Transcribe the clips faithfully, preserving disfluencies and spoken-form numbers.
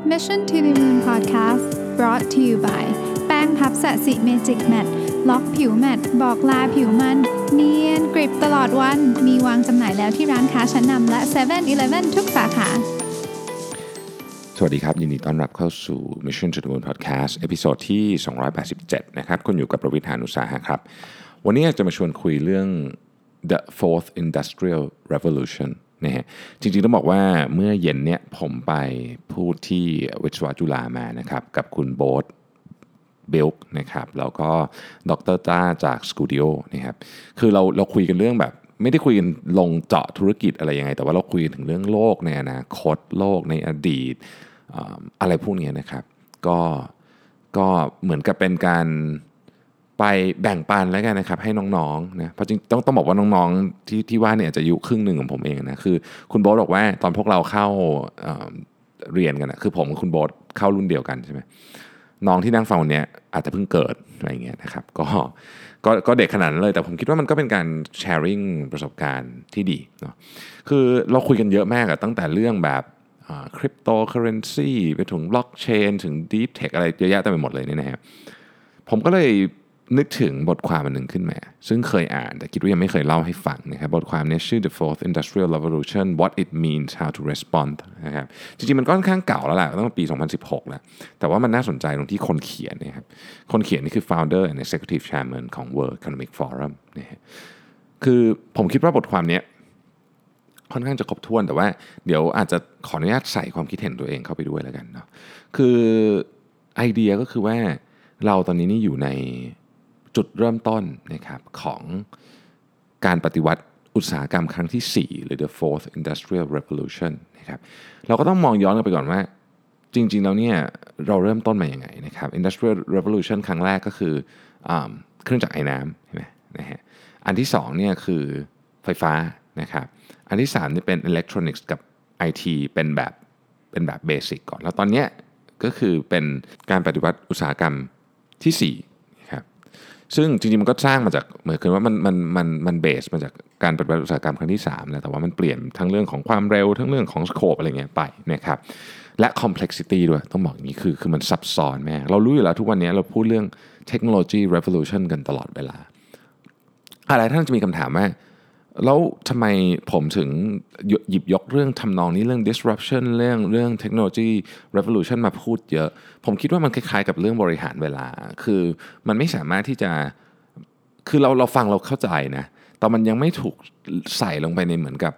Mission to the Moon Podcast brought to you by แป้งพับสะสิเมจิกแมตล็อกผิวแมตบอกลาผิวมันเนียนกริบตลอดวันมีวางจำหน่ายแล้วที่ร้านค้าชั้นนำและ เซเว่น อีเลฟเว่น ทุกสาขาสวัสดีครับยินดีต้อนรับเข้าสู่ Mission to the Moon Podcast เอพิโซดที่สองร้อยแปดสิบเจ็ดนะครับคุณอยู่กับประวิทย์ หาญอุตสาหะครับวันนี้จะมาชวนคุยเรื่อง The Fourth Industrial Revolution นะฮะจริงๆต้องบอกว่าเมื่อเย็นเนี้ยผมไปพูดที่วิศวะจุฬามานะครับกับคุณโบ๊ทเบลค์นะครับแล้วก็ดร.ต้าจากสกูดิโอนะครับคือเราเราคุยกันเรื่องแบบไม่ได้คุยกันลงเจาะธุรกิจอะไรยังไงแต่ว่าเราคุยถึงเรื่องโลกในอนาคตโลกในอดีตอะไรพวกนี้นะครับก็ก็เหมือนกับเป็นการไปแบ่งปันแล้วกันนะครับให้น้องๆนะเพราะจริงต้องต้องบอกว่าน้องๆที่ที่ว่าเนี่ยจะอายุครึ่งหนึ่งของผมเองนะคือคุณโบ๊ทบอกว่าตอนพวกเราเข้า เอ่อ เรียนกันนะคือผมกับคุณโบ๊ทเข้ารุ่นเดียวกันใช่ไหมน้องที่นั่งฟังวันนี้อาจจะเพิ่งเกิดอะไรเงี้ยนะครับก็ก็ก็เด็กขนาดนั้นเลยแต่ผมคิดว่ามันก็เป็นการแชร์ริ่งประสบการณ์ที่ดีเนาะคือเราคุยกันเยอะมากอะตั้งแต่เรื่องแบบคริปโตเคอเรนซีไปถึงบล็อกเชนถึงดีฟเทคอะไรเยอะแยะเต็มไปหมดเลยเนี่ยนะครับผมก็เลยนึกถึงบทความอันหนึ่งขึ้นมาซึ่งเคยอ่านแต่คิดว่ายังไม่เคยเล่าให้ฟังนะครับบทความนี้ชื่อ The Fourth Industrial Revolution What It Means How to Respond นะครับจริงๆมันก็ค่อนข้างเก่าแล้วแหละตั้งแต่ปีสองพันสิบหกแล้วแต่ว่ามันน่าสนใจตรงที่คนเขียนนะครับคนเขียนนี่คือ Founder and Executive Chairman ของ World Economic Forum นะฮะคือผมคิดว่าบทความนี้ค่อนข้างจะครบถ้วนแต่ว่าเดี๋ยวอาจจะขออนุญาตใส่ความคิดเห็นตัวเองเข้าไปด้วยแล้วกันเนาะคือไอเดียก็คือว่าเราตอนนี้นี่อยู่ในจุดเริ่มต้นนะครับของการปฏิวัติอุตสาหกรรมครั้งที่สี่หรือ The Fourth Industrial Revolution นะครับเราก็ต้องมองย้อนกันไปก่อนว่าจริงๆแล้วเนี่ยเราเริ่มต้นมาอย่างไงนะครับ Industrial Revolution ครั้งแรกก็คือเครื่องจักรไอ้น้ำใช่ไหมนะฮะอันที่สองเนี่ยคือไฟฟ้านะครับอันที่สามนี่เป็น Electronics กับ ไอ ที เป็นแบบเป็นแบบเบสิกก่อนแล้วตอนนี้ก็คือเป็นการปฏิวัติอุตสาหกรรมที่สี่ซึ่งจริงๆมันก็สร้างมาจากเหมือนกับว่ามันมันมันมันเบสมาจากการปฏิวัติอุตสาหกรรมครั้งที่สามนะแต่ว่ามันเปลี่ยนทั้งเรื่องของความเร็วทั้งเรื่องของสโคปอะไรเงี้ยไปนะครับและ complexity ด้วยต้องบอกอย่างนี้คือคือมันซับซ้อนแม่เรารู้อยู่แล้วทุกวันนี้เราพูดเรื่อง technology revolution กันตลอดเวลาอะไรท่านจะมีคำถามว่าแล้วทำไมผมถึงหยิบยกเรื่องทำนองนี้เรื่อง disruption เรื่องเรื่อง technology revolution มาพูดเยอะผมคิดว่ามันคล้ายๆกับเรื่องบริหารเวลาคือมันไม่สามารถที่จะคือเราเราฟังเราเข้าใจนะแต่มันยังไม่ถูกใส่ลงไปในเหมือนกับ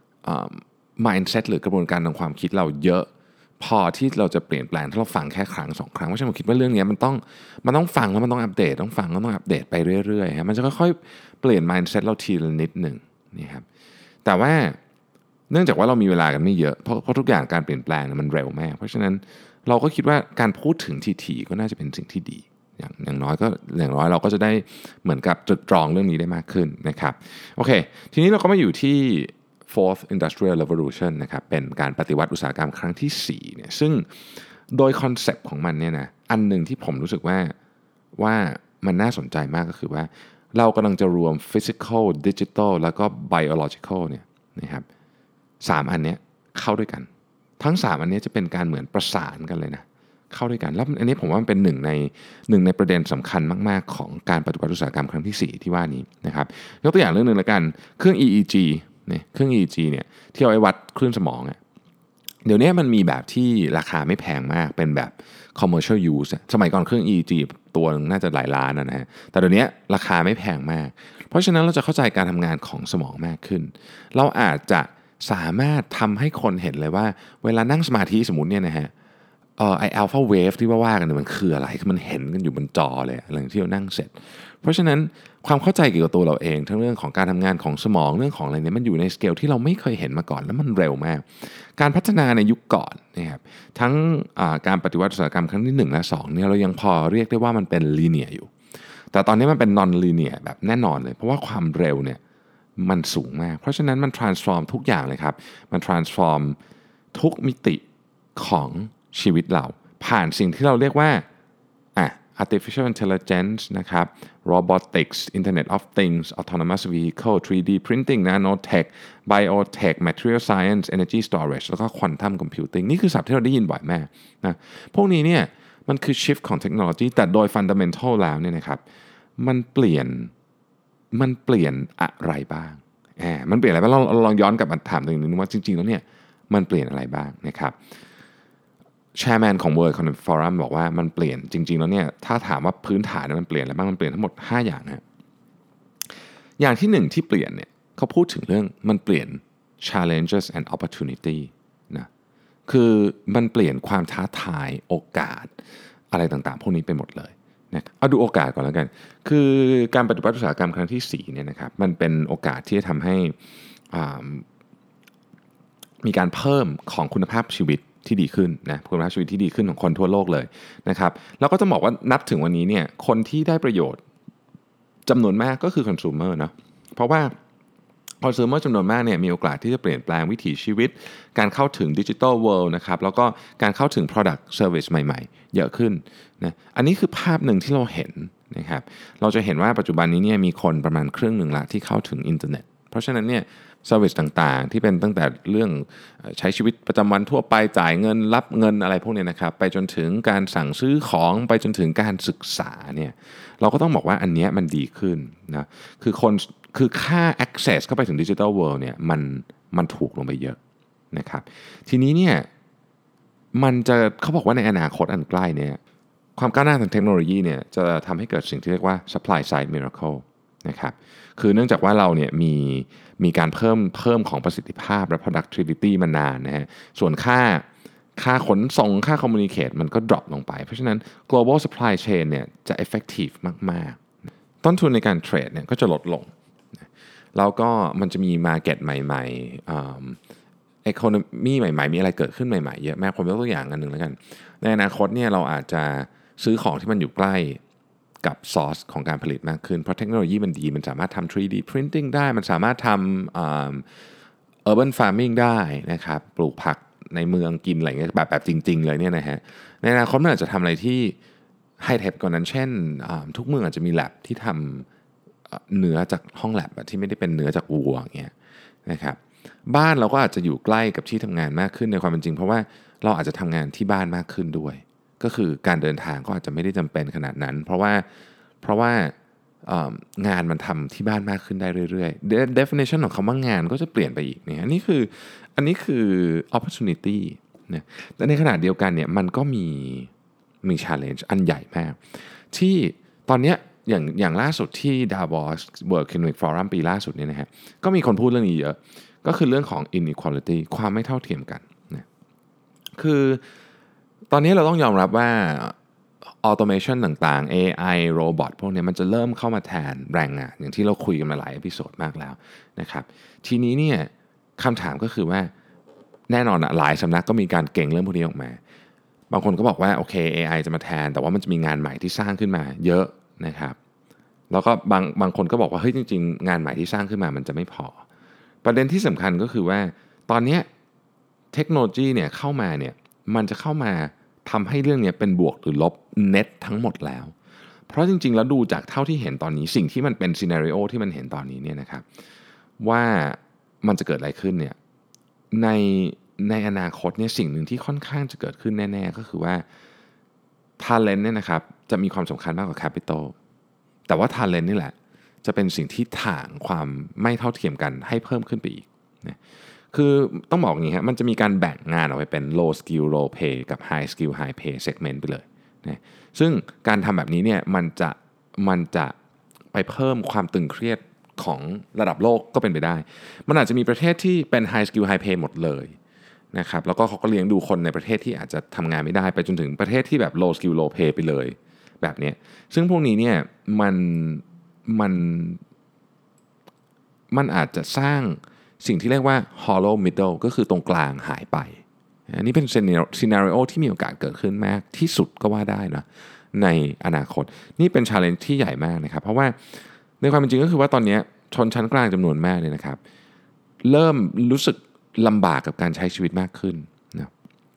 mindset หรือกระบวนการทางความคิดเราเยอะพอที่เราจะเปลี่ยนแปลงถ้าเราฟังแค่ครั้งสองครั้งเพราะฉะนั้นผมคิดว่าเรื่องนี้มันต้องมันต้องฟังแล้วมันต้องอัปเดตต้องฟังแล้วต้องอัปเดตไปเรื่อยๆมันจะค่อยๆเปลี่ยน mindset เราทีละนิดหนึ่งนี่ครับแต่ว่าเนื่องจากว่าเรามีเวลากันไม่เยอะเพราะเพราะทุกอย่างการเปลี่ยนแปลงมันเร็วมากเพราะฉะนั้นเราก็คิดว่าการพูดถึงทีๆก็น่าจะเป็นสิ่งที่ดีอย่างอย่างน้อยก็อย่างน้อยเราก็จะได้เหมือนกับตรึกตรองเรื่องนี้ได้มากขึ้นนะครับโอเคทีนี้เราก็มาอยู่ที่Fourth Industrial Revolution นะครับเป็นการปฏิวัติอุตสาหกรรมครั้งที่สี่เนี่ยซึ่งโดยคอนเซปต์ของมันเนี่ยนะอันหนึ่งที่ผมรู้สึกว่าว่ามันน่าสนใจมากก็คือว่าเรากำลังจะรวม Physical Digital แล้วก็ Biological เนี่ยนะครับสามอันเนี้ยเข้าด้วยกันทั้งสามอันนี้จะเป็นการเหมือนประสานกันเลยนะเข้าด้วยกันแล้วอันนี้ผมว่ามันเป็นหนึ่งในหนึ่งในประเด็นสำคัญมากๆของการปฏิวัติอุตสาหกรรมครั้งที่สี่ที่ว่านี้นะครับยกตัวอย่างเรื่องนึงแล้วกันเครื่อง อี อี จีเนี่ยเครื่อง อี อี จี เนี่ยที่เอาไว้วัดคลื่นสมองอ่ะเดี๋ยวนี้มันมีแบบที่ราคาไม่แพงมากเป็นแบบ commercial use สมัยก่อนเครื่อง อี อี จี ตัวนึงน่าจะหลายล้านนะฮะแต่เดี๋ยวนี้ราคาไม่แพงมากเพราะฉะนั้นเราจะเข้าใจการทำงานของสมองมากขึ้นเราอาจจะสามารถทำให้คนเห็นเลยว่าเวลานั่งสมาธิสมมุติเนี่ยนะฮะเอ่อไอ alpha wave ที่ว่าว่ากันมันคืออะไรคือมันเห็นกันอยู่บนจอเลยหลังที่เรานั่งเสร็จเพราะฉะนั้นความเข้าใจเกี่ยวกับตัวเราเองทั้งเรื่องของการทำงานของสมองเรื่องของอะไรเนี่ยมันอยู่ในสเกลที่เราไม่เคยเห็นมาก่อนแล้วมันเร็วมากการพัฒนาในยุคก่อนนะครับทั้งการปฏิวัติอุตสาหกรรมครั้งที่หนึ่งและสองเนี่ยเรายังพอเรียกได้ว่ามันเป็น linear อยู่แต่ตอนนี้มันเป็น non linear แบบแน่นอนเลยเพราะว่าความเร็วเนี่ยมันสูงมากเพราะฉะนั้นมัน transform ทุกอย่างเลยครับมัน transform ทุกมิติของชีวิตเราผ่านสิ่งที่เราเรียกว่าอ่ะ artificial intelligence นะครับ robotics Internet of Things autonomous vehicle ทรี ดี printing nanotech biotech material science energy storage แล้วก็ quantum computing นี่คือศัพท์ที่เราได้ยินบ่อยมากนะพวกนี้เนี่ยมันคือ shift ของเทคโนโลยีแต่โดย fundamental แล้วเนี่ยนะครับมันเปลี่ยนมันเปลี่ยนอะไรบ้างแหมมันเปลี่ยนอะไรบ้างเราเราลองย้อนกลับมาถามตัวเองนิดนึงว่าจริงๆแล้วเนี่ยมันเปลี่ยนอะไรบ้างนะครับแชร์แมนของ World Economic Forum บอกว่ามันเปลี่ยนจริงๆแล้วเนี่ยถ้าถามว่าพื้นฐานมันเปลี่ยนอะไรบ้างมันเปลี่ยนทั้งหมดห้าอย่างนะอย่างที่หนึ่งที่เปลี่ยนเนี่ยเขาพูดถึงเรื่องมันเปลี่ยน challenges and opportunity นะคือมันเปลี่ยนความท้าทายโอกาสอะไรต่างๆพวกนี้ไปหมดเลยนะเอาดูโอกาสก่อนแล้วกันคือการปฏิวัติอุตสาหกรรมครั้งที่สี่เนี่ยนะครับมันเป็นโอกาสที่จะทำให้มีการเพิ่มของคุณภาพชีวิตที่ดีขึ้นนะคุณภาพชีวิตที่ดีขึ้นของคนทั่วโลกเลยนะครับแล้วก็จะบอกว่านับถึงวันนี้เนี่ยคนที่ได้ประโยชน์จำนวนมากก็คือ consumer นะเพราะว่า consumer จำนวนมากเนี่ยมีโอกาสที่จะเปลี่ยนแปลงวิถีชีวิตการเข้าถึง digital world นะครับแล้วก็การเข้าถึง product service ใหม่ๆเยอะขึ้นนะอันนี้คือภาพหนึ่งที่เราเห็นนะครับเราจะเห็นว่าปัจจุบันนี้เนี่ยมีคนประมาณครึ่งหนึ่งละที่เข้าถึงอินเทอร์เน็ตเพราะฉะนั้นเนี่ยเซอร์วิสต่างๆที่เป็นตั้งแต่เรื่องใช้ชีวิตประจำวันทั่วไปจ่ายเงินรับเงินอะไรพวกนี้นะครับไปจนถึงการสั่งซื้อของไปจนถึงการศึกษาเนี่ยเราก็ต้องบอกว่าอันนี้มันดีขึ้นนะคือคนคือค่า access เข้าไปถึง Digital World เนี่ยมันมันถูกลงไปเยอะนะครับทีนี้เนี่ยมันจะเขาบอกว่าในอนาคตอันใกล้เนี่ยความก้าวหน้าทางเทคโนโลยีเนี่ยจะทำให้เกิดสิ่งที่เรียกว่า supply side miracle นะครับคือเนื่องจากว่าเราเนี่ยมีมีการเพิ่มเพิ่มของประสิทธิภาพและ productivity มานานนะฮะส่วนค่าค่าขนส่งค่า communicate มันก็ drop ลงไปเพราะฉะนั้น global supply chain เนี่ยจะ effective มากๆต้นทุนในการเทรดเนี่ยก็จะลดลงแล้วก็มันจะมี market ใหม่ๆ economy ใหม่ๆมีอะไรเกิดขึ้นใหม่ๆเยอะแม่ผมยกตัวอย่างอันนึงแล้วกันในอนาคตเนี่ยเราอาจจะซื้อของที่มันอยู่ใกล้กับซอร์สของการผลิตมากขึ้นเพราะเทคโนโลยีมันดีมันสามารถทำ ทรี ดี printing ได้มันสามารถทำ urban farming ได้นะครับปลูกผักในเมืองกินอะไรเงี้ยแบบแบบจริงๆเลยเนี่ยนะฮะในอนาคตมันอาจจะทำอะไรที่ไฮเทคกว่านั้นเช่นทุกเมืองอาจจะมี lab ที่ทำเนื้อจากห้อง lab ที่ไม่ได้เป็นเนื้อจากวัวอย่างเงี้ยนะครับบ้านเราก็อาจจะอยู่ใกล้กับที่ทำงานมากขึ้นในความเป็นจริงเพราะว่าเราอาจจะทำงานที่บ้านมากขึ้นด้วยก็คือการเดินทางก็อาจจะไม่ได้จำเป็นขนาดนั้นเพราะว่าเพราะว่างานมันทำที่บ้านมากขึ้นได้เรื่อยๆ definition ของคำว่างานก็จะเปลี่ยนไปอีกเนี่ยอันนี้คืออันนี้คือ opportunity นะแต่ในขณะเดียวกันเนี่ยมันก็มีมี challenge อันใหญ่มากที่ตอนนี้อย่างอย่างล่าสุดที่ Davos World Economic Forum ปีล่าสุดเนี่ยนะฮะก็มีคนพูดเรื่องนี้เยอะก็คือเรื่องของ inequality ความไม่เท่าเทียมกันนะคือตอนนี้เราต้องยอมรับว่า automation ต่างๆ เอ ไอ โรบอทพวกนี้มันจะเริ่มเข้ามาแทนแรงงานอย่างที่เราคุยกันมาหลายเอพิโซดมากแล้วนะครับทีนี้เนี่ยคำถามก็คือว่าแน่นอนอะหลายสำนักก็มีการเก่งเรื่องพวกนี้ออกมาบางคนก็บอกว่าโอเค เอ ไอ จะมาแทนแต่ว่ามันจะมีงานใหม่ที่สร้างขึ้นมาเยอะนะครับแล้วก็บางบางคนก็บอกว่าเฮ้ยจริงๆงานใหม่ที่สร้างขึ้นมามันจะไม่พอประเด็นที่สำคัญก็คือว่าตอนนี้เทคโนโลยีเนี่ยเข้ามาเนี่ยมันจะเข้ามาทำให้เรื่องนี้เป็นบวกหรือลบเน็ตทั้งหมดแล้วเพราะจริงๆแล้วดูจากเท่าที่เห็นตอนนี้สิ่งที่มันเป็นซีนาริโอที่มันเห็นตอนนี้เนี่ยนะครับว่ามันจะเกิดอะไรขึ้นเนี่ยในในอนาคตเนี่ยสิ่งหนึ่งที่ค่อนข้างจะเกิดขึ้นแน่ๆก็คือว่า talent เนี่ยนะครับจะมีความสำคัญมากกว่า capital แต่ว่า talent นี่แหละจะเป็นสิ่งที่ถ่างความไม่เท่าเทียมกันให้เพิ่มขึ้นไปอีกนะคือต้องบอกอย่างนี้ครับมันจะมีการแบ่งงานออกไปเป็น low skill low pay กับ high skill high pay segment ไปเลยนะซึ่งการทำแบบนี้เนี่ยมันจะมันจะไปเพิ่มความตึงเครียดของระดับโลกก็เป็นไปได้มันอาจจะมีประเทศที่เป็น high skill high pay หมดเลยนะครับแล้วก็เขาก็เลี้ยงดูคนในประเทศที่อาจจะทำงานไม่ได้ไปจนถึงประเทศที่แบบ low skill low pay ไปเลยแบบนี้ซึ่งพวกนี้เนี่ยมันมันมันอาจจะสร้างสิ่งที่เรียกว่า hollow middle ก็คือตรงกลางหายไปอันนี้เป็นซีนาริโอที่มีโอกาสเกิดขึ้นมากที่สุดก็ว่าได้นะในอนาคตนี่เป็น challenge ที่ใหญ่มากนะครับเพราะว่าในความเป็นจริงก็คือว่าตอนนี้ชนชั้นกลางจำนวนมากเลยนะครับเริ่มรู้สึกลำบากกับการใช้ชีวิตมากขึ้นนะ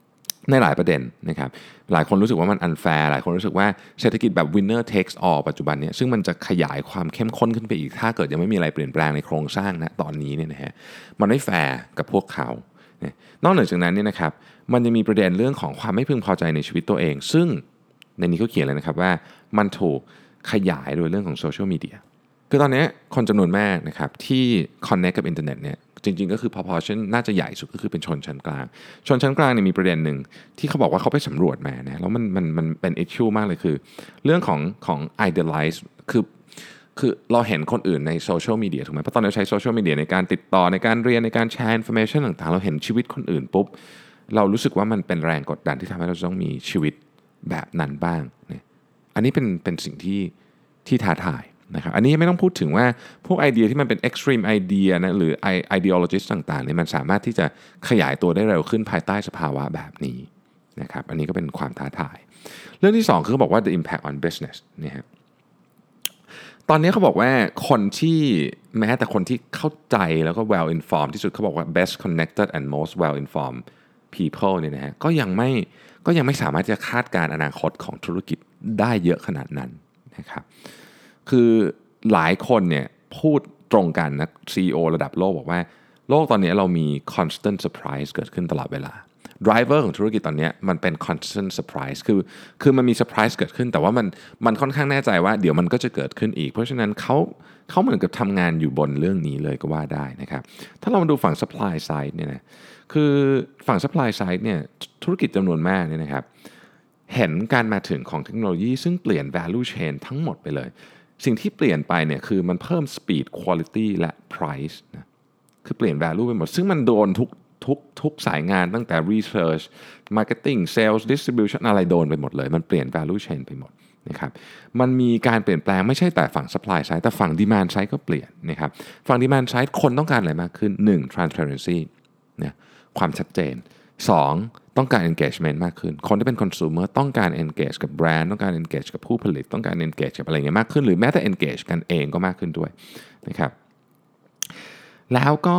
ในหลายประเด็นนะครับหลายคนรู้สึกว่ามัน unfair หลายคนรู้สึกว่าเศรษฐกิจแบบ winner takes all ปัจจุบันเนี่ยซึ่งมันจะขยายความเข้มข้นขึ้นไปอีกถ้าเกิดยังไม่มีอะไรเปลี่ยนแปลงในโครงสร้างนะตอนนี้เนี่ยนะฮะมันไม่แฟร์กับพวกเขานอกเหนือจากนั้นเนี่ยนะครับมันจะมีประเด็นเรื่องของความไม่พึงพอใจในชีวิตตัวเองซึ่งในนี้เขาเขียนเลยนะครับว่ามันถูกขยายโดยเรื่องของโซเชียลมีเดียคือตอนนี้คนจำนวนมากนะครับที่ connect กับอินเทอร์เน็ตเนี่ยจริงๆก็คือ proportion น่าจะใหญ่สุดก็คือเป็นชนชั้นกลางชนชั้นกลางเนี่ยมีประเด็นหนึ่งที่เขาบอกว่าเขาไปสำรวจมานะแล้วมันมันมันเป็น issue มากเลยคือเรื่องของของ idealize คือคือเราเห็นคนอื่นในโซเชียลมีเดียถูกไหมเพราะตอนนี้ใช้โซเชียลมีเดียในการติดต่อในการเรียนในการแชร์ information ต่างๆเราเห็นชีวิตคนอื่นปุ๊บเรารู้สึกว่ามันเป็นแรงกดดันที่ทำให้เราต้องมีชีวิตแบบนั้นบ้างเนี่ยอันนี้เป็นเป็นสิ่งที่ที่ท้าทายนะครับอันนี้ไม่ต้องพูดถึงว่าพวกไอเดียที่มันเป็น extreme idea นะหรือ ideologist ต่างๆเนี่ยมันสามารถที่จะขยายตัวได้เร็วขึ้นภายใต้สภาวะแบบนี้นะครับอันนี้ก็เป็นความท้าทายเรื่องที่สองคือเขาบอกว่า the impact on business เนี่ยครับตอนนี้เขาบอกว่าคนที่แม้แต่คนที่เข้าใจแล้วก็ well informed ที่สุดเขาบอกว่า best connected and most well informed people เนี่ยนะฮะก็ยังไม่ก็ยังไม่สามารถจะคาดการณ์อนาคตของธุรกิจได้เยอะขนาดนั้นนะครับคือหลายคนเนี่ยพูดตรงกันนะ ซี อี โอ ระดับโลกบอกว่าโลกตอนนี้เรามี constant surprise เกิดขึ้นตลอดเวลา driver ของธุรกิจตอนนี้มันเป็น constant surprise คือคือมันมี surprise เกิดขึ้นแต่ว่ามันมันค่อนข้างแน่ใจว่าเดี๋ยวมันก็จะเกิดขึ้นอีกเพราะฉะนั้นเขาเขาเหมือนกับทำงานอยู่บนเรื่องนี้เลยก็ว่าได้นะครับถ้าเรามาดูฝั่ง supply side เนี่ยนะคือฝั่ง supply side เนี่ยธุรกิจจำนวนมากเนี่ยนะครับเห็นการมาถึงของเทคโนโลยีซึ่งเปลี่ยน value chain ทั้งหมดไปเลยสิ่งที่เปลี่ยนไปเนี่ยคือมันเพิ่ม speed quality และ price นะคือเปลี่ยน value ไปหมดซึ่งมันโดนทุกทุกทุกสายงานตั้งแต่ research marketing sales distribution อะไรโดนไปหมดเลยมันเปลี่ยน value chain ไปหมดนะครับมันมีการเปลี่ยนแปลงไม่ใช่แต่ฝั่ง supply side แต่ฝั่ง demand side ก็เปลี่ยนนะครับฝั่ง demand side คนต้องการอะไรมากขึ้นหนึ่ง transparency นะความชัดเจนสองต้องการ engagement มากขึ้นคนที่เป็น consumer ต้องการ engage กับแบรนด์ต้องการ engage กับผู้ผลิตต้องการ engage กับอะไรเงี้ยมากขึ้นหรือแม้แต่ engage กันเองก็มากขึ้นด้วยนะครับแล้วก็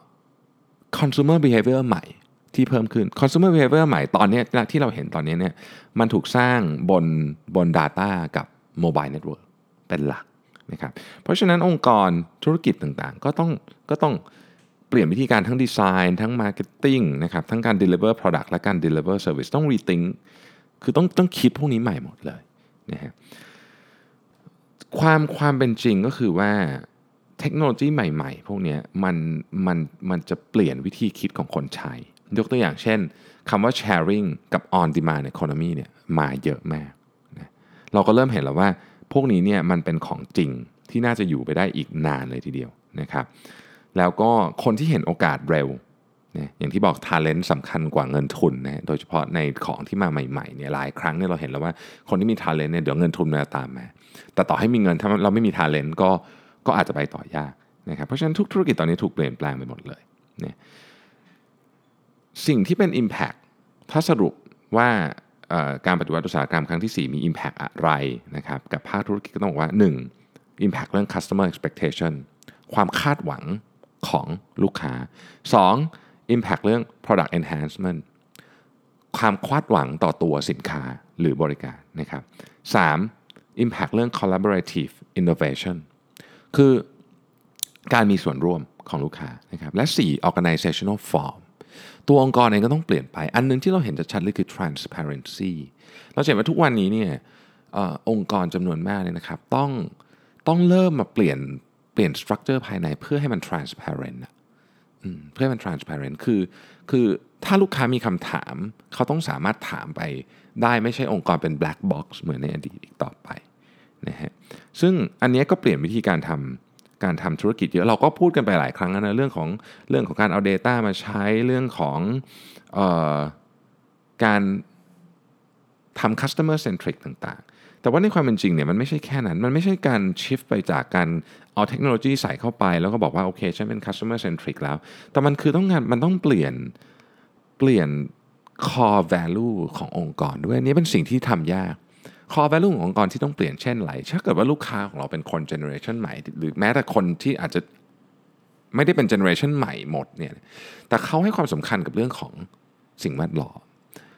consumer behavior ใหม่ที่เพิ่มขึ้น consumer behavior ใหม่ตอนนี้ที่เราเห็นตอนนี้เนี่ยมันถูกสร้างบนบน data กับ mobile network เป็นหลักนะครับเพราะฉะนั้นองค์กรธุรกิจต่างๆก็ต้องก็ต้องเปลี่ยนวิธีการทั้งดีไซน์ทั้ง marketing นะครับทั้งการ deliver product และการ deliver service ต้อง rethink คือต้องต้องคิดพวกนี้ใหม่หมดเลยนะฮะความความเป็นจริงก็คือว่าเทคโนโลยีใหม่ๆพวกนี้มันมันมันจะเปลี่ยนวิธีคิดของคนใช้ยกตัวอย่างเช่นคำว่า sharing กับ on demand economy เนี่ยมาเยอะมากนะเราก็เริ่มเห็นแล้วว่าพวกนี้เนี่ยมันเป็นของจริงที่น่าจะอยู่ไปได้อีกนานเลยทีเดียวนะครับแล้วก็คนที่เห็นโอกาสเร็วนะอย่างที่บอก talent สำคัญกว่าเงินทุนนะโดยเฉพาะในของที่มาใหม่ๆเนี่ยหลายครั้งเนี่ยเราเห็นแล้วว่าคนที่มี talent เนี่ยเดี๋ยวเงินทุนมันจะตามมาแต่ต่อให้มีเงินถ้าเราไม่มี talent ก็ก็อาจจะไปต่อยากนะครับเพราะฉะนั้นทุกธุรกิจตอนนี้ถูกเปลี่ยนแปลงไปหมดเลยเนี่ยสิ่งที่เป็น impact ถ้าสรุปว่าการปฏิวัติอุตสาหกรรมครั้งที่สี่มี impact อะไรนะครับกับภาคธุรกิจก็ต้องบอกว่าหนึ่ง impact เรื่อง customer expectation ความคาดหวังของลูกค้าสอง impact เรื่อง product enhancement ความคาดหวังต่อตัวสินค้าหรือบริการนะครับสาม impact เรื่อง collaborative innovation คือการมีส่วนร่วมของลูกค้านะครับและสี่ organizational form ตัวองค์กรเองก็ต้องเปลี่ยนไปอันนึงที่เราเห็นชัดๆเลยคือ transparency เราเห็นว่าทุกวันนี้เนี่ย อ, องค์กรจำนวนมากเลยนะครับต้องต้องเริ่มมาเปลี่ยนเปลี่ยน structure ภายในเพื่อให้มัน transparent นะเพื่อให้มัน transparent คือคือถ้าลูกค้ามีคำถามเขาต้องสามารถถามไปได้ไม่ใช่องค์กรเป็น black box เหมือนในอดีตอีกต่อไปนะฮะซึ่งอันนี้ก็เปลี่ยนวิธีการทำการทำธุรกิจเยอะเราก็พูดกันไปหลายครั้งนะเรื่องของเรื่องของการเอา data มาใช้เรื่องของเอ่อการทำ customer centric ต่างๆแต่ว่าในความเป็นจริงเนี่ยมันไม่ใช่แค่นั้นมันไม่ใช่การ shift ไปจากการเอาเทคโนโลยีใส่เข้าไปแล้วก็บอกว่าโอเคฉันเป็น customer centric แล้วแต่มันคือต้องงานมันต้องเปลี่ยนเปลี่ยน core value ขององค์กรด้วยนี่เป็นสิ่งที่ทำยาก core value ขององค์กรที่ต้องเปลี่ยนเช่นไรถ้าเกิดว่าลูกค้าของเราเป็นคน generation ใหม่หรือแม้แต่คนที่อาจจะไม่ได้เป็น generation ใหม่หมดเนี่ยแต่เขาให้ความสำคัญกับเรื่องของสิ่งแวดล้อม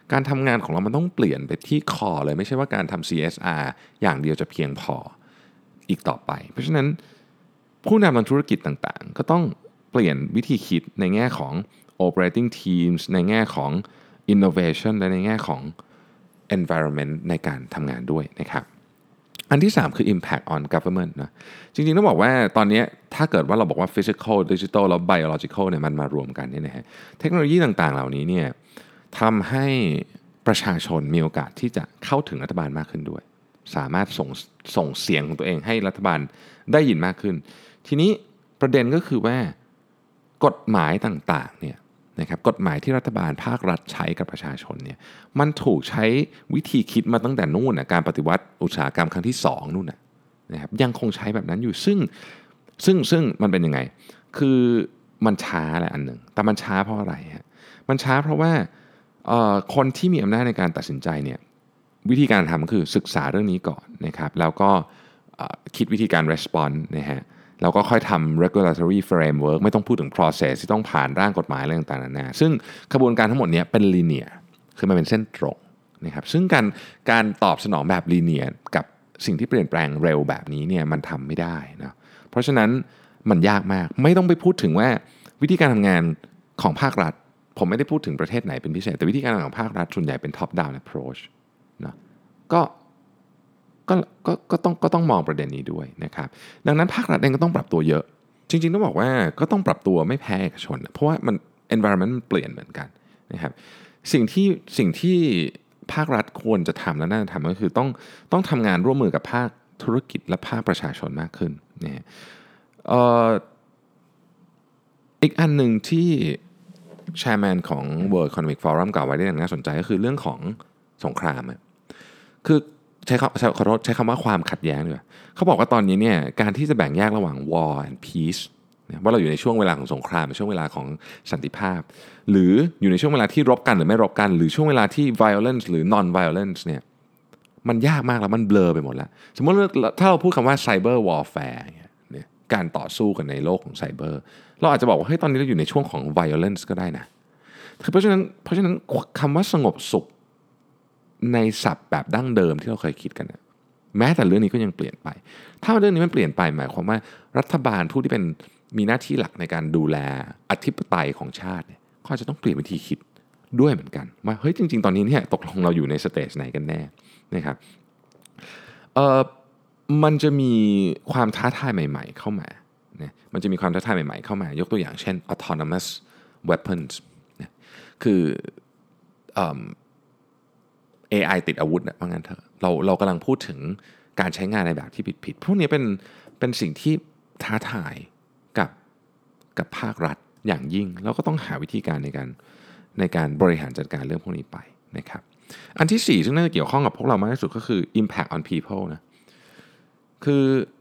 การทำงานของเรามันต้องเปลี่ยนไปที่คอเลยไม่ใช่ว่าการทำ ซี เอส อาร์ อย่างเดียวจะเพียงพออีกต่อไปเพราะฉะนั้นผู้นำทางธุรกิจต่างๆก็ต้องเปลี่ยนวิธีคิดในแง่ของ operating teams ในแง่ของ innovation และในแง่ของ environment ในการทำงานด้วยนะครับอันที่สามคือ impact on government นะจริงๆต้องบอกว่าตอนนี้ถ้าเกิดว่าเราบอกว่า physical digital แล้ว biological เนี่ยมันมารวมกันเนี่ยนะฮะเทคโนโลยีต่างๆเหล่านี้เนี่ยทำให้ประชาชนมีโอกาสที่จะเข้าถึงรัฐบาลมากขึ้นด้วยสามารถส่งส่งเสียงของตัวเองให้รัฐบาลได้ยินมากขึ้นทีนี้ประเด็นก็คือว่ากฎหมายต่างๆเนี่ยนะครับกฎหมายที่รัฐบาลภาครัฐใช้กับประชาชนเนี่ยมันถูกใช้วิธีคิดมาตั้งแต่นู่นนะการปฏิวัติอุตสาหกรรมครั้งที่สองนู่นนะนะครับยังคงใช้แบบนั้นอยู่ซึ่งซึ่งซึ่งมันเป็นยังไงคือมันช้าแหละอันหนึ่งแต่มันช้าเพราะอะไรฮะมันช้าเพราะว่าคนที่มีอำนาจในการตัดสินใจเนี่ยวิธีการทำก็คือศึกษาเรื่องนี้ก่อนนะครับแล้วก็คิดวิธีการ response นะฮะเราก็ค่อยทำ regulatory framework ไม่ต้องพูดถึง process ที่ต้องผ่านร่างกฎหมายอะไรต่างๆนานาซึ่งกระบวนการทั้งหมดนี้เป็น linear คือมันเป็นเส้นตรงนะครับซึ่งการการตอบสนองแบบ linear กับสิ่งที่เปลี่ยนแปลงเร็วแบบนี้เนี่ยมันทำไม่ได้นะเพราะฉะนั้นมันยากมากไม่ต้องไปพูดถึงว่าวิธีการทำงานของภาครัฐผมไม่ได้พูดถึงประเทศไหนเป็นพิเศษแต่วิธีการของภาครัฐส่วนใหญ่เป็น top down approach นะก็ก็ก็ก็ต้องก็ต้องมองประเด็นนี้ด้วยนะครับดังนั้นภาครัฐเองก็ต้องปรับตัวเยอะจริงๆต้องบอกว่าก็ต้องปรับตัวไม่แพ้เอกชนเพราะว่ามัน environment มันเปลี่ยนเหมือนกันนะครับสิ่งที่สิ่งที่ภาครัฐควรจะทำและน่าจะทำก็คือต้องต้องทำงานร่วมมือกับภาคธุรกิจและภาคประชาชนมากขึ้นนะฮะเอ่ออีกอันหนึ่งที่ chairman ของ World Economic Forum กล่าวไว้ได้อย่างน่าสนใจก็คือเรื่องของสงครามคือใช้คำขอโทษใช้คำว่าความขัดแย้งด้วยเขาบอกว่าตอนนี้เนี่ยการที่จะแบ่งแยกระหว่าง war and peace ว่าเราอยู่ในช่วงเวลาของสงครามช่วงเวลาของสันติภาพหรืออยู่ในช่วงเวลาที่รบกันหรือไม่รบกันหรือช่วงเวลาที่ violence หรือ non violence เนี่ยมันยากมากแล้วมันเบลอไปหมดแล้วสมมติถ้าเราพูดคำว่า cyber warfare เนี่ยการต่อสู้กันในโลกของไซเบอร์เราอาจจะบอกว่าเฮ้ยตอนนี้เราอยู่ในช่วงของ violence ก็ได้นะเพราะฉะนั้นเพราะฉะนั้นคำว่าสงบสุขในศัพท์แบบดั้งเดิมที่เราเคยคิดกันนะแม้แต่เรื่องนี้ก็ยังเปลี่ยนไปถ้าเรื่องนี้มันเปลี่ยนไปหมายความว่ารัฐบาลผู้ที่เป็นมีหน้าที่หลักในการดูแลอธิปไตยของชาติเนี่ยก็จะต้องเปลี่ยนวิธีคิดด้วยเหมือนกันว่าเฮ้ยจริงๆตอนนี้เนี่ยตกลงเราอยู่ในสเตจไหนกันแน่นะครับเอ่อมันจะมีความท้าทายใหม่ๆเข้ามาเนี่ยมันจะมีความท้าทายใหม่ๆเข้ามายกตัวอย่างเช่น autonomous weapons เนี่ยคือเอ่อเอ ไอ ติดอาวุธนะว่างั้นเถอะเราเรากำลังพูดถึงการใช้งานในแบบที่ผิดๆพวกนี้เป็นเป็นสิ่งที่ท้าทายกับกับภาครัฐอย่างยิ่งแล้วก็ต้องหาวิธีการในการในการบริหารจัดการเรื่องพวกนี้ไปนะครับอันที่สี่ซึ่งน่าจะเกี่ยวข้องกับพวกเรามากที่สุดก็คือ impact on people นะคือ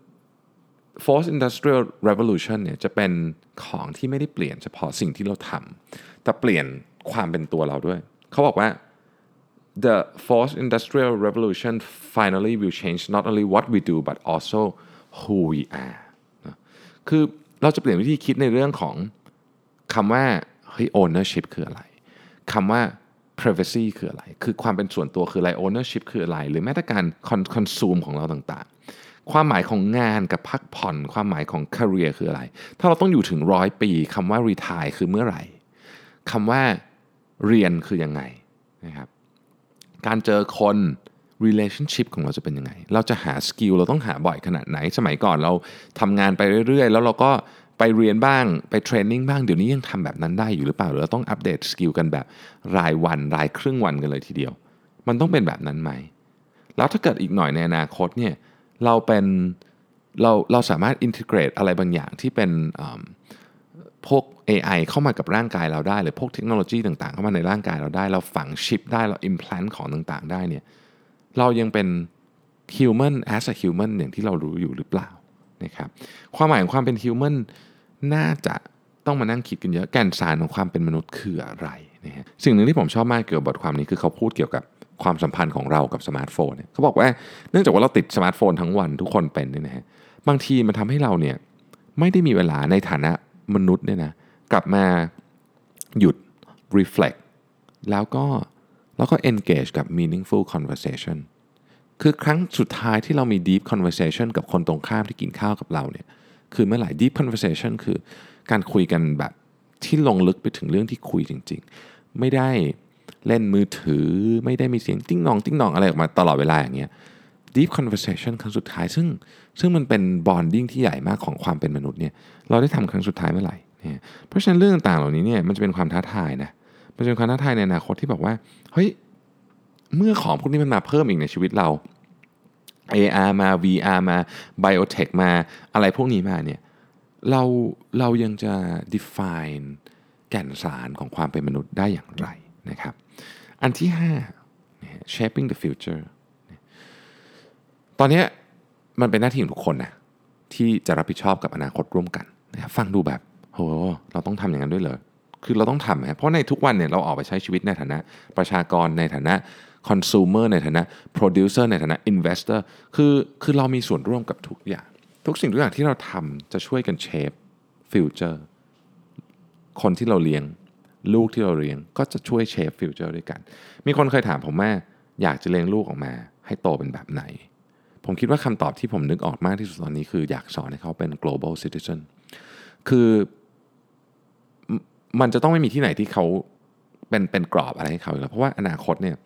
fourth industrial revolution เนี่ยจะเป็นของที่ไม่ได้เปลี่ยนเฉพาะสิ่งที่เราทำแต่เปลี่ยนความเป็นตัวเราด้วยเขาบอกว่าThe fourth industrial revolution finally will change not only what we do but also who we are นะคือเราจะเปลี่ยนวิธีคิดในเรื่องของคำว่าเฮ้ย ownership คืออะไรคำว่า privacy คืออะไรคือความเป็นส่วนตัวคืออะไร ownership คืออะไรหรือแม้แต่การ consume ของเราต่างๆความหมายของงานกับพักผ่อนความหมายของ career คืออะไรถ้าเราต้องอยู่ถึงร้อยปีคำว่า retire คือเมื่อไหร่คำว่าเรียนคือยังไงนะครับการเจอคน relationship ของเราจะเป็นยังไงเราจะหาสกิลเราต้องหาบ่อยขนาดไหนสมัยก่อนเราทำงานไปเรื่อยๆแล้วเราก็ไปเรียนบ้างไปเทรนนิ่งบ้างเดี๋ยวนี้ยังทำแบบนั้นได้อยู่หรือเปล่าหรือเราต้องอัปเดตสกิลกันแบบรายวันรายครึ่งวันกันเลยทีเดียวมันต้องเป็นแบบนั้นไหมแล้วถ้าเกิดอีกหน่อยในอนาคตเนี่ยเราเป็นเราเราสามารถ integrate อะไรบางอย่างที่เป็นพวก เอ ไอ เข้ามากับร่างกายเราได้หรือพวกเทคโนโลยีต่างๆเข้ามาในร่างกายเราได้เราฝังชิปได้เรา implant ของต่างๆได้เนี่ยเรายังเป็น human as a human อย่างที่เรารู้อยู่หรือเปล่านะครับความหมายของความเป็น human น่าจะต้องมานั่งคิดกันเยอะแก่นสารของความเป็นมนุษย์คืออะไรนะฮะสิ่งหนึ่งที่ผมชอบมากเกี่ยวกับบทความนี้คือเขาพูดเกี่ยวกับความสัมพันธ์ของเรากับสมาร์ทโฟนเนี่ยเขาบอกว่าเนื่องจากว่าเราติดสมาร์ทโฟนทั้งวันทุกคนเป็นเนี่ยนะฮะบางทีมันทำให้เราเนี่ยไม่ได้มีเวลาในฐานะมนุษย์เนี่ยนะกลับมาหยุด reflect แล้วก็แล้วก็ engage กับ meaningful conversation คือครั้งสุดท้ายที่เรามี deep conversation กับคนตรงข้ามที่กินข้าวกับเราเนี่ยคือเมื่อไหร่ deep conversation คือการคุยกันแบบที่ลงลึกไปถึงเรื่องที่คุยจริงๆไม่ได้เล่นมือถือไม่ได้มีเสียงติ้งนองติ้งนองอะไรออกมาตลอดเวลาอย่างเงี้ย deep conversation ครั้งสุดท้ายซึ่งซึ่งมันเป็น bonding ที่ใหญ่มากของความเป็นมนุษย์เนี่ยเราได้ทำครั้งสุดท้ายเมื่อไหร่เนี่ยเพราะฉะนั้นเรื่องต่างๆเหล่านี้เนี่ยมันจะเป็นความท้าทายนะมันจะเป็นความท้าทายในอนาคตที่บอกว่าเฮ้ยเมื่อของพวกนี้มันมาเพิ่มอีกในชีวิตเรา เอ อาร์ มา วี อาร์ มา Biotech มาอะไรพวกนี้มาเนี่ยเราเรายังจะ define แก่นสารของความเป็นมนุษย์ได้อย่างไรนะครับอันที่ห้า shaping the future ตอนนี้มันเป็นหน้าที่ของทุกคนนะที่จะรับผิดชอบกับอนาคตร่วมกันนะฟังดูแบบโหเราต้องทำอย่างนั้นด้วยเหรอคือเราต้องทำนะเพราะในทุกวันเนี่ยเราออกไปใช้ชีวิตในฐานะประชากรในฐานะ consumer ในฐานะ producer ในฐานะ investor คือคือเรามีส่วนร่วมกับทุกอย่างทุกสิ่งทุกอย่างที่เราทำจะช่วยกัน shape future คนที่เราเลี้ยงลูกที่เราเลี้ยงก็จะช่วย shape future ด้วยกันมีคนเคยถามผมว่าอยากจะเลี้ยงลูกออกมาให้โตเป็นแบบไหนผมคิดว่าคำตอบที่ผมนึกออกมากที่สุดตอนนี้คืออยากสอนให้เขาเป็น global citizen คือมันจะต้องไม่มีที่ไหนที่เขาเป็นเป็นกรอบอะไรให้เขาแล้วเพราะว่าอนาคตเนี่ย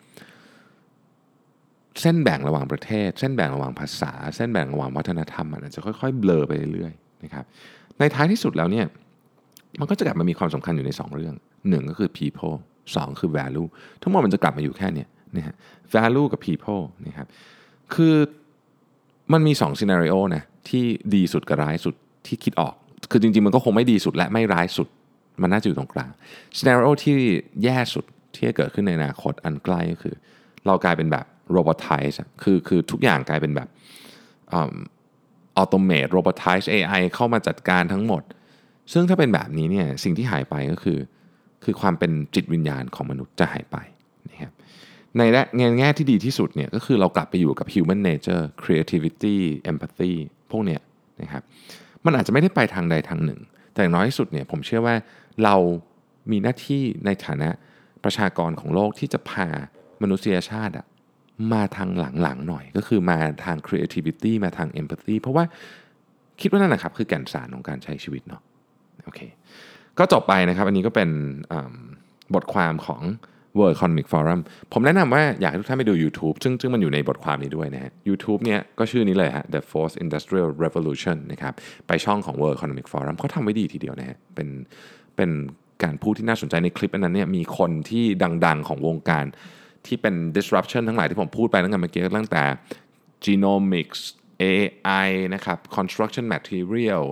เส้นแบ่งระหว่างประเทศเส้นแบ่งระหว่างภาษาเส้นแบ่งระหว่างวัฒนธรรมมันจะค่อยๆเบลอไปเรื่อยๆนะครับในท้ายที่สุดแล้วเนี่ยมันก็จะกลับมามีความสำคัญอยู่ในสองเรื่องหนึ่งก็คือ people สองคือ value ทั้งหมดมันจะกลับมาอยู่แค่นี้นะฮะ value กับ people นะครับคือมันมีสอง scenario นะที่ดีสุดกับร้ายสุดที่คิดออกคือจริงๆมันก็คงไม่ดีสุดและไม่ร้ายสุดมันน่าจะอยู่ตรงกลาง scenario ที่แย่สุดที่จะเกิดขึ้นในอนาคตอันใกล้ก็คือเรากลายเป็นแบบ robotize คือคือทุกอย่างกลายเป็นแบบออโตเมต robotize เอ ไอ เข้ามาจัดการทั้งหมดซึ่งถ้าเป็นแบบนี้เนี่ยสิ่งที่หายไปก็คือคือความเป็นจิตวิญญาณของมนุษย์จะหายไปนะครับในแง่ที่ดีที่สุดเนี่ยก็คือเรากลับไปอยู่กับ human nature creativity empathy พวกเนี้ยนะครับมันอาจจะไม่ได้ไปทางใดทางหนึ่งแต่อย่างน้อยที่สุดเนี่ยผมเชื่อว่าเรามีหน้าที่ในฐานะประชากรของโลกที่จะพามนุษยชาติอะมาทางหลังๆหน่อยก็คือมาทาง creativity มาทาง empathy เพราะว่าคิดว่านั่นแหละครับคือแก่นสารของการใช้ชีวิตเนาะโอเคก็จบไปนะครับอันนี้ก็เป็นบทความของ World Economic Forum ผมแนะนำว่าอยากให้ทุกท่านไปดู YouTube ซึ่งซึ่งมันอยู่ในบทความนี้ด้วยนะฮะ YouTube เนี่ยก็ชื่อนี้เลยฮะ The Fourth Industrial Revolution นะครับไปช่องของ World Economic Forum เขาทำไว้ดีทีเดียวนะฮะเป็นเป็นการพูดที่น่าสนใจในคลิปอันนั้นเนี่ยมีคนที่ดังๆของวงการที่เป็น disruption ทั้งหลายที่ผมพูดไปตั้งแต่เมื่อกี้ตั้งแต่ genomics เอ ไอ นะครับ construction material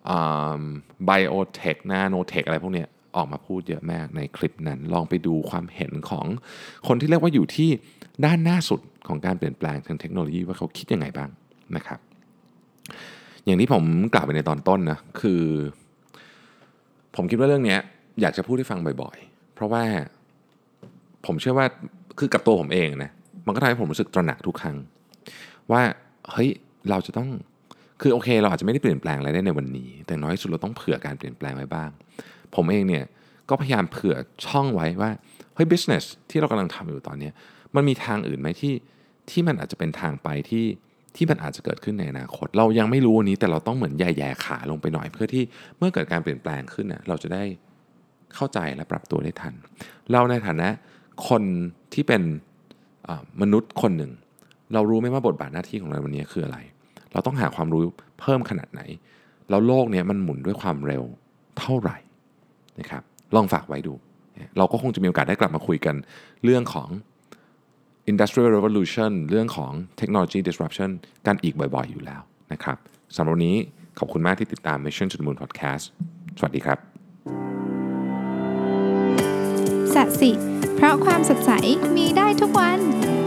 biotech nanotech อะไรพวกเนี้ยออกมาพูดเยอะมากในคลิปนั้นลองไปดูความเห็นของคนที่เรียกว่าอยู่ที่ด้านหน้าสุดของการเปลี่ยนแปลงทางเทคโนโลยีว่าเขาคิดยังไงบ้างนะครับอย่างที่ผมกล่าวไปในตอนต้นนะคือผมคิดว่าเรื่องนี้อยากจะพูดให้ฟังบ่อยๆเพราะว่าผมเชื่อว่าคือกับตัวผมเองนะมันก็ทำให้ผมรู้สึกตระหนักทุกครั้งว่าเฮ้ยเราจะต้องคือโอเคเราอาจจะไม่ได้เปลี่ยนแปลงอะไรได้ในวันนี้แต่น้อยสุดเราต้องเผื่อการเปลี่ยนแปลงไว้บ้างผมเองเนี่ยก็พยายามเผื่อช่องไว้ว่าเฮ้ย business ที่เรากำลังทำอยู่ตอนนี้มันมีทางอื่นไหมที่ที่มันอาจจะเป็นทางไปที่ที่มันอาจจะเกิดขึ้นในอนาคตเรายังไม่รู้วันนี้แต่เราต้องเหมือนแย่ๆขาลงไปหน่อยเพื่อที่เมื่อเกิดการเปลี่ยนแปลงขึ้นนะเราจะได้เข้าใจและปรับตัวได้ทันเราในฐานะคนที่เป็นมนุษย์คนหนึ่งเรารู้ไหมว่าบทบาทหน้าที่ของเราวันนี้คืออะไรเราต้องหาความรู้เพิ่มขนาดไหนแล้วโลกนี้มันหมุนด้วยความเร็วเท่าไหร่นะครับลองฝากไว้ดูเราก็คงจะมีโอกาสได้กลับมาคุยกันเรื่องของ Industrial Revolution เรื่องของ Technology Disruption กันอีกบ่อยๆอยู่แล้วนะครับสำหรับวันนี้ขอบคุณมากที่ติดตาม Mission to the Moon Podcast สวัสดีครับสัตสิเพราะความสดใสมีได้ทุกวัน